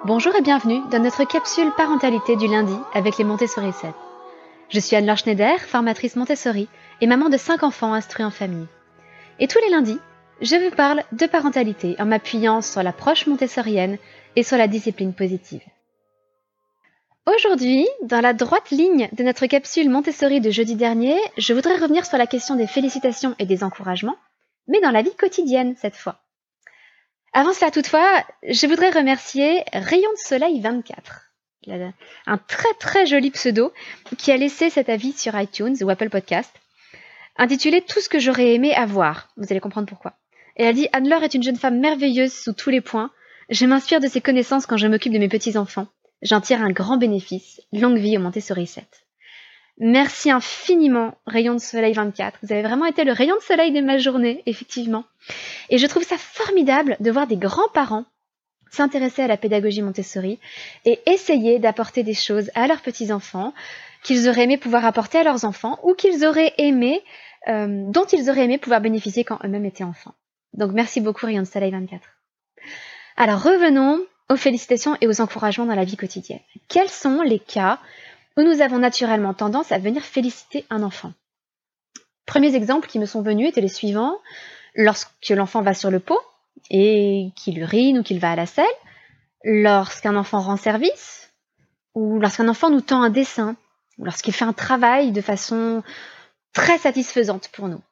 Bonjour et bienvenue dans notre capsule parentalité du lundi avec les Montessori 7. Je suis Anne-Laure Schneider, formatrice Montessori et maman de 5 enfants instruits en famille. Et tous les lundis, je vous parle de parentalité en m'appuyant sur l'approche montessorienne et sur la discipline positive. Aujourd'hui, dans la droite ligne de notre capsule Montessori de jeudi dernier, je voudrais revenir sur la question des félicitations et des encouragements, mais dans la vie quotidienne cette fois. Avant cela toutefois, je voudrais remercier Rayon de Soleil 24, un très joli pseudo qui a laissé cet avis sur iTunes ou Apple Podcast, intitulé « Tout ce que j'aurais aimé avoir ». Vous allez comprendre pourquoi. Et elle dit « Anne-Laure est une jeune femme merveilleuse sous tous les points. Je m'inspire de ses connaissances quand je m'occupe de mes petits-enfants. J'en tire un grand bénéfice. Longue vie au Montessori 7 ». Merci infiniment, Rayon de Soleil 24. Vous avez vraiment été le rayon de soleil de ma journée, effectivement. Et je trouve ça formidable de voir des grands-parents s'intéresser à la pédagogie Montessori et essayer d'apporter des choses à leurs petits-enfants qu'ils auraient aimé pouvoir apporter à leurs enfants ou qu'ils auraient aimé, dont ils auraient aimé pouvoir bénéficier quand eux-mêmes étaient enfants. Donc merci beaucoup, Rayon de Soleil 24. Alors revenons aux félicitations et aux encouragements dans la vie quotidienne. Quels sont les cas où nous avons naturellement tendance à venir féliciter un enfant? Premiers exemples qui me sont venus étaient les suivants. Lorsque l'enfant va sur le pot et qu'il urine ou qu'il va à la selle, lorsqu'un enfant rend service, ou lorsqu'un enfant nous tend un dessin, ou lorsqu'il fait un travail de façon très satisfaisante pour nous.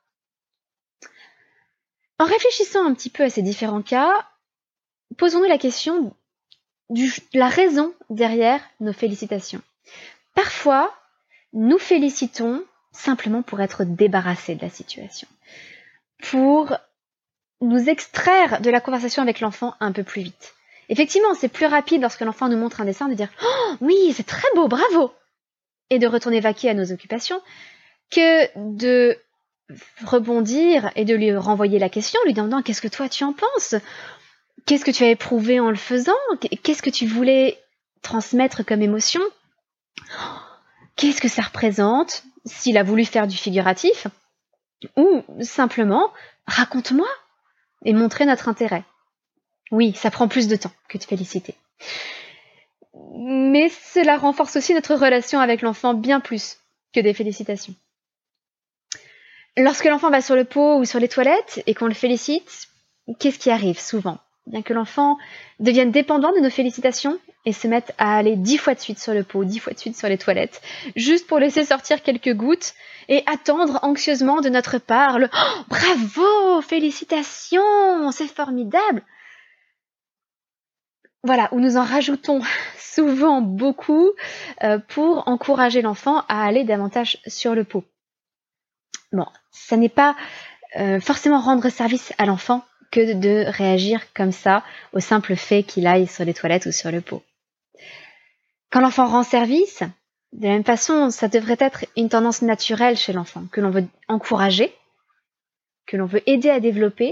En réfléchissant un petit peu à ces différents cas, posons-nous la question de la raison derrière nos félicitations. Parfois, nous félicitons simplement pour être débarrassés de la situation, pour nous extraire de la conversation avec l'enfant un peu plus vite. Effectivement, c'est plus rapide lorsque l'enfant nous montre un dessin de dire « Oh oui, c'est très beau, bravo !» et de retourner vaquer à nos occupations, que de rebondir et de lui renvoyer la question, lui demandant « Qu'est-ce que toi tu en penses ? Qu'est-ce que tu as éprouvé en le faisant ? Qu'est-ce que tu voulais transmettre comme émotion ? Qu'est-ce que ça représente ? S'il a voulu faire du figuratif, ou simplement « Raconte-moi !» et montrer notre intérêt. Oui, ça prend plus de temps que de féliciter. Mais cela renforce aussi notre relation avec l'enfant bien plus que des félicitations. Lorsque l'enfant va sur le pot ou sur les toilettes et qu'on le félicite, qu'est-ce qui arrive souvent ? Bien que l'enfant devienne dépendant de nos félicitations et se mette à aller 10 fois de suite sur le pot, 10 fois de suite sur les toilettes, juste pour laisser sortir quelques gouttes et attendre anxieusement de notre part le « Oh, bravo, félicitations, c'est formidable !» Voilà, où nous en rajoutons souvent beaucoup pour encourager l'enfant à aller davantage sur le pot. Bon, ça n'est pas forcément rendre service à l'enfant que de réagir comme ça au simple fait qu'il aille sur les toilettes ou sur le pot. Quand l'enfant rend service, de la même façon, ça devrait être une tendance naturelle chez l'enfant, que l'on veut encourager, que l'on veut aider à développer.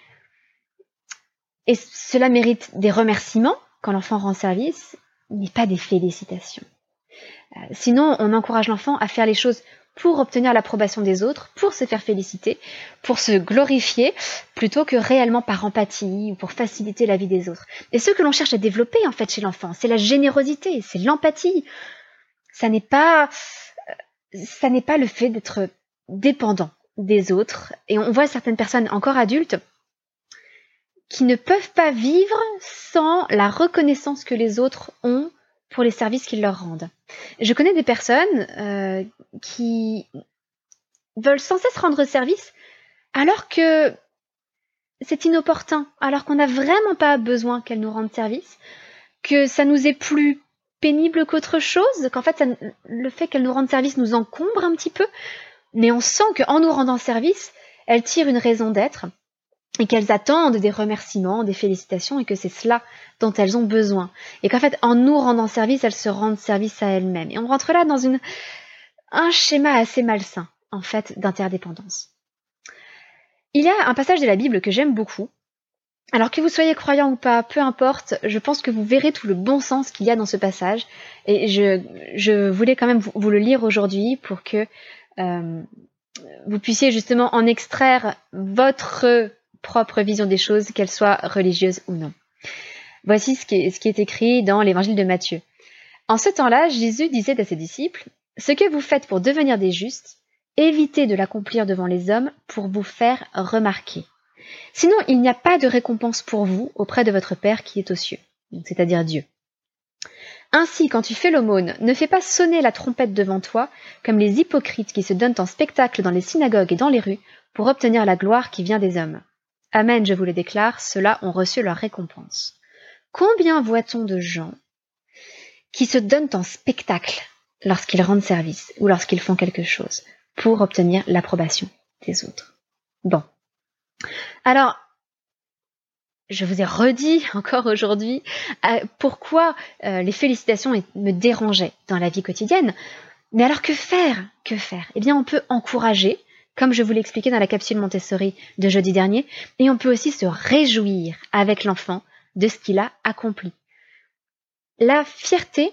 Et cela mérite des remerciements quand l'enfant rend service, mais pas des félicitations. Sinon, on encourage l'enfant à faire les choses pour obtenir l'approbation des autres, pour se faire féliciter, pour se glorifier, plutôt que réellement par empathie ou pour faciliter la vie des autres. Et ce que l'on cherche à développer en fait chez l'enfant, c'est la générosité, c'est l'empathie. Ça n'est pas le fait d'être dépendant des autres. Et on voit certaines personnes encore adultes qui ne peuvent pas vivre sans la reconnaissance que les autres ont pour les services qu'ils leur rendent. Je connais des personnes qui veulent sans cesse rendre service alors que c'est inopportun, alors qu'on n'a vraiment pas besoin qu'elles nous rendent service, que ça nous est plus pénible qu'autre chose, qu'en fait le fait qu'elles nous rendent service nous encombre un petit peu, mais on sent qu'en nous rendant service, elles tirent une raison d'être et qu'elles attendent des remerciements, des félicitations, et que c'est cela dont elles ont besoin. Et qu'en fait, en nous rendant service, elles se rendent service à elles-mêmes. Et on rentre là dans un schéma assez malsain, en fait, d'interdépendance. Il y a un passage de la Bible que j'aime beaucoup. Alors que vous soyez croyant ou pas, peu importe, je pense que vous verrez tout le bon sens qu'il y a dans ce passage. Et je voulais quand même vous le lire aujourd'hui pour que vous puissiez justement en extraire votre propre vision des choses, qu'elle soit religieuse ou non. Voici ce qui est écrit dans l'évangile de Matthieu. En ce temps-là, Jésus disait à ses disciples, « Ce que vous faites pour devenir des justes, évitez de l'accomplir devant les hommes pour vous faire remarquer. Sinon, il n'y a pas de récompense pour vous auprès de votre Père qui est aux cieux, c'est-à-dire Dieu. Ainsi, quand tu fais l'aumône, ne fais pas sonner la trompette devant toi, comme les hypocrites qui se donnent en spectacle dans les synagogues et dans les rues, pour obtenir la gloire qui vient des hommes. Amen, je vous le déclare, ceux-là ont reçu leur récompense. Combien voit-on de gens qui se donnent en spectacle lorsqu'ils rendent service ou lorsqu'ils font quelque chose pour obtenir l'approbation des autres? Bon. Alors, je vous ai redit encore aujourd'hui pourquoi les félicitations me dérangeaient dans la vie quotidienne. Mais alors que faire? Que faire? Eh bien, on peut encourager, comme je vous l'ai expliqué dans la capsule Montessori de jeudi dernier, et on peut aussi se réjouir avec l'enfant de ce qu'il a accompli. La fierté,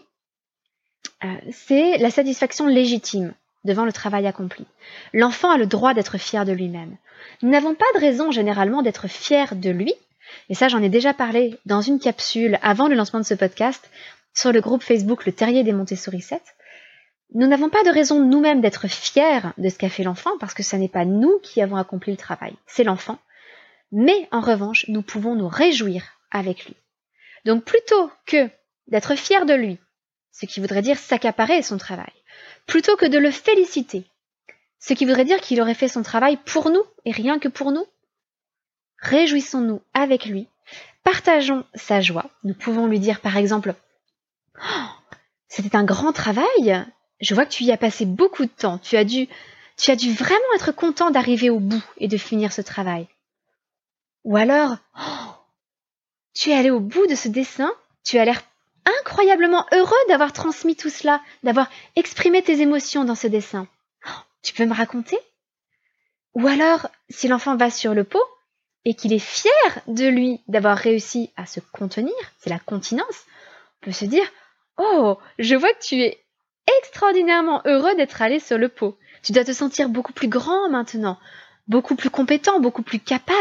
c'est la satisfaction légitime devant le travail accompli. L'enfant a le droit d'être fier de lui-même. Nous n'avons pas de raison généralement d'être fiers de lui, et ça j'en ai déjà parlé dans une capsule avant le lancement de ce podcast sur le groupe Facebook Le Terrier des Montessori 7. Nous n'avons pas de raison nous-mêmes d'être fiers de ce qu'a fait l'enfant parce que ce n'est pas nous qui avons accompli le travail, c'est l'enfant. Mais en revanche, nous pouvons nous réjouir avec lui. Donc plutôt que d'être fiers de lui, ce qui voudrait dire s'accaparer son travail, plutôt que de le féliciter, ce qui voudrait dire qu'il aurait fait son travail pour nous et rien que pour nous, réjouissons-nous avec lui, partageons sa joie. Nous pouvons lui dire par exemple « Oh, c'était un grand travail, je vois que tu y as passé beaucoup de temps, tu as dû vraiment être content d'arriver au bout et de finir ce travail. » Ou alors oh, « Tu es allé au bout de ce dessin, tu as l'air incroyablement heureux d'avoir transmis tout cela, d'avoir exprimé tes émotions dans ce dessin. Oh, tu peux me raconter ?» Ou alors, si l'enfant va sur le pot et qu'il est fier de lui d'avoir réussi à se contenir, c'est la continence, on peut se dire « Oh, je vois que tu es extraordinairement heureux d'être allé sur le pot. Tu dois te sentir beaucoup plus grand maintenant, beaucoup plus compétent, beaucoup plus capable. »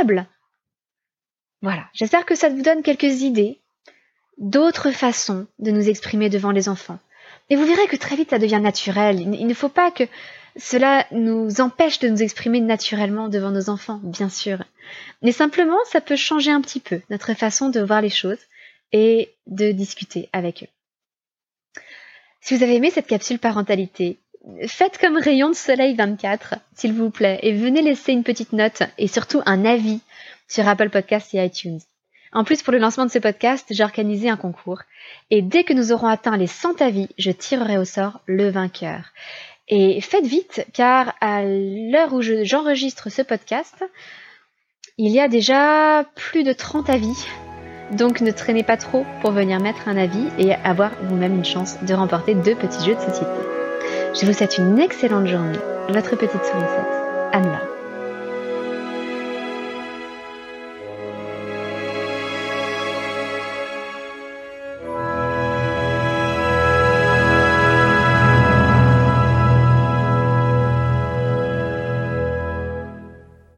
Voilà, j'espère que ça vous donne quelques idées d'autres façons de nous exprimer devant les enfants. Et vous verrez que très vite ça devient naturel. Il ne faut pas que cela nous empêche de nous exprimer naturellement devant nos enfants, bien sûr. Mais simplement, ça peut changer un petit peu notre façon de voir les choses et de discuter avec eux. Si vous avez aimé cette capsule parentalité, faites comme Rayon de Soleil 24, s'il vous plaît, et venez laisser une petite note et surtout un avis sur Apple Podcasts et iTunes. En plus, pour le lancement de ce podcast, j'ai organisé un concours. Et dès que nous aurons atteint les 100 avis, je tirerai au sort le vainqueur. Et faites vite, car à l'heure où j'enregistre ce podcast, il y a déjà plus de 30 avis. Donc ne traînez pas trop pour venir mettre un avis et avoir vous-même une chance de remporter 2 petits jeux de société. Je vous souhaite une excellente journée. Votre petite sourisette, Anne-Laure.